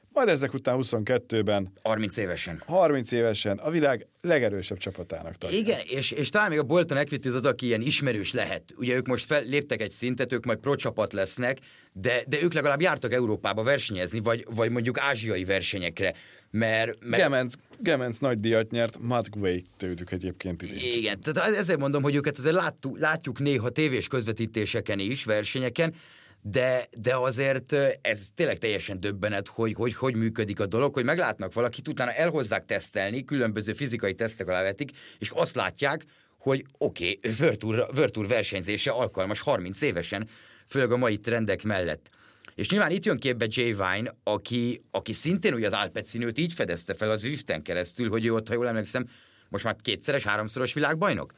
majd ezek után 22-ben 30 évesen a világ legerősebb csapatának tartják. Igen, és talán még a Bolton Equities az, aki ilyen ismerős lehet. Ugye ők most léptek egy szintet, ők majd pro csapat lesznek, de ők legalább jártak Európába versenyezni, vagy mondjuk ázsiai versenyekre, mert... Gemenc nagy díjat nyert, Mudway tőlük egyébként idén. Igen, tehát ezért mondom, hogy őket azért látjuk néha tévés közvetítéseken is, versenyeken, de azért ez tényleg teljesen döbbenet, hogy működik a dolog, hogy meglátnak valakit, utána elhozzák tesztelni, különböző fizikai tesztek alá vetik, és azt látják, hogy oké, World Tour versenyzése alkalmas 30 évesen, főleg a mai trendek mellett. És nyilván itt jön képbe Jay Vine, aki szintén ugye az Alpecinőt így fedezte fel az Zwiften keresztül, hogy ő ott, ha jól emlékszem, most már 2-szeres, 3-szoros világbajnok.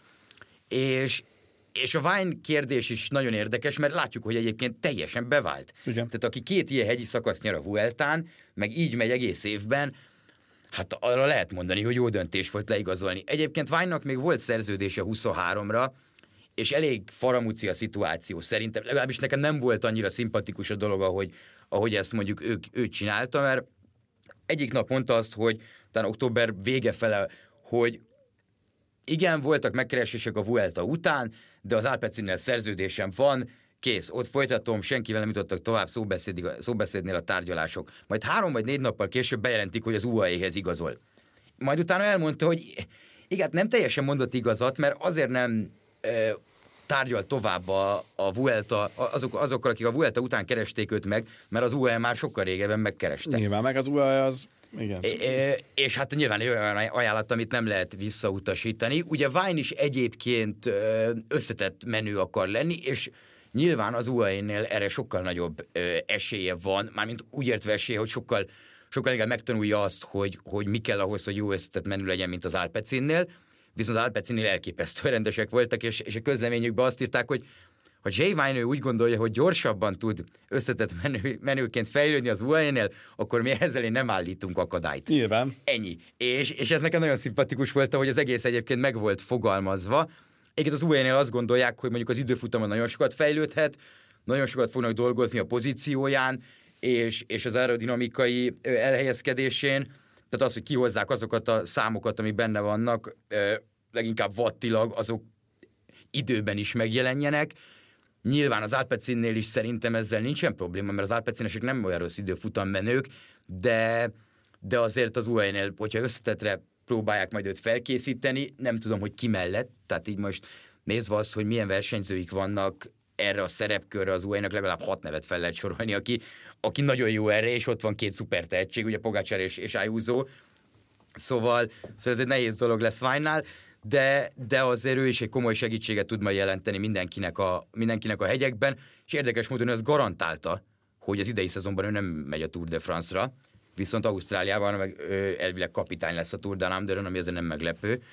És a Vine kérdés is nagyon érdekes, mert látjuk, hogy egyébként teljesen bevált. Igen. Tehát aki 2 ilyen hegyi szakaszt nyer a Vueltán, meg így megy egész évben, hát arra lehet mondani, hogy jó döntés volt leigazolni. Egyébként Vine-nak még volt szerződése 23-ra, és elég faramúci a szituáció szerintem. Legalábbis nekem nem volt annyira szimpatikus a dolog, ahogy ezt mondjuk ő csinálta, mert egyik nap mondta azt, hogy talán október vége fele, hogy igen, voltak megkeresések a Vuelta után, de az Alpecinnel szerződésem van, kész, ott folytatom, senkivel nem jutottak tovább szóbeszédnél a tárgyalások. Majd 3 vagy 4 nappal később bejelentik, hogy az UAE-hez igazol. Majd utána elmondta, hogy igen, nem teljesen mondott igazat, mert azért nem tárgyal tovább a Vuelta, azokkal, akik a Vuelta után keresték őt meg, mert az UAE már sokkal régebben megkereste. Nyilván, meg az UAE az... Igen. És hát nyilván egy olyan ajánlat, amit nem lehet visszautasítani. Ugye Vine is egyébként összetett menő akar lenni, és nyilván az UAE-nél erre sokkal nagyobb esélye van, mármint úgy értve esélye, hogy sokkal inkább megtanulja azt, hogy mi kell ahhoz, hogy jó összetett menő legyen, mint az Alpecinnél. Viszont az Alpecinnél elképesztő rendesek voltak, és a közleményükben azt írták, hogy ha Jay Vine úgy gondolja, hogy gyorsabban tud összetett menőként fejlődni az UAE-nél, akkor mi ezzel nem állítunk akadályt. Nyilván. Ennyi. És ez nekem nagyon szimpatikus volt, hogy az egész egyébként meg volt fogalmazva. Egyébként az UAE-nél azt gondolják, hogy mondjuk az időfutamon nagyon sokat fejlődhet, nagyon sokat fognak dolgozni a pozícióján, és az aerodinamikai elhelyezkedésén, tehát az, hogy kihozzák azokat a számokat, amik benne vannak, leginkább wattilag, azok időben is megjelenjenek. Nyilván az Alpecinnél is szerintem ezzel nincsen probléma, mert az Alpecinesek nem olyan rossz időfutam menők, de azért az UAE-nél, hogyha összetetre próbálják majd őt felkészíteni, nem tudom, hogy ki mellett, tehát így most nézve azt, hogy milyen versenyzőik vannak erre a szerepkörre, az UAE-nak legalább 6 nevet fel lehet sorolni, aki nagyon jó erre, és ott van 2 szuper tehetség, ugye Pogačar és Ayuso, szóval ez egy nehéz dolog lesz Vine-nál, de azért ő is egy komoly segítséget tud majd jelenteni mindenkinek a hegyekben, és érdekes módon ez garantálta, hogy az idei szezonban ő nem megy a Tour de France-ra, viszont Ausztráliában meg elvileg kapitány lesz a Tour Down Under-ön, ami ezért nem meglepő.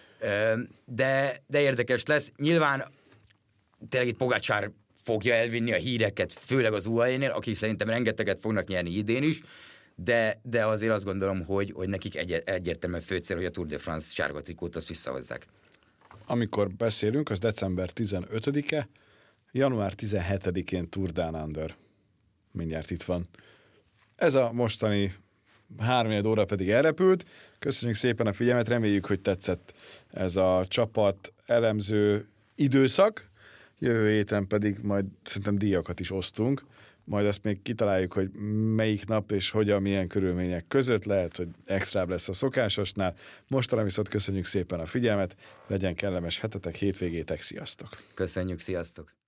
De érdekes lesz. Nyilván tényleg itt Pogačar fogja elvinni a híreket, főleg az UAE-nél, akik szerintem rengeteget fognak nyerni idén is, de azért azt gondolom, hogy nekik egyértelműen fő cél, hogy a Tour de France sárga trikót azt visszahozzák. Amikor beszélünk, az december 15-e, január 17-én Tour Down Under. Mindjárt itt van. Ez a mostani 3 óra pedig elrepült. Köszönjük szépen a figyelmet, reméljük, hogy tetszett ez a csapat elemző időszak. Jövő héten pedig majd szerintem díjakat is osztunk. Majd azt még kitaláljuk, hogy melyik nap és hogyan, milyen körülmények között, lehet, hogy extrább lesz a szokásosnál. Mostanra viszont köszönjük szépen a figyelmet, legyen kellemes hetetek, hétvégétek, sziasztok! Köszönjük, sziasztok!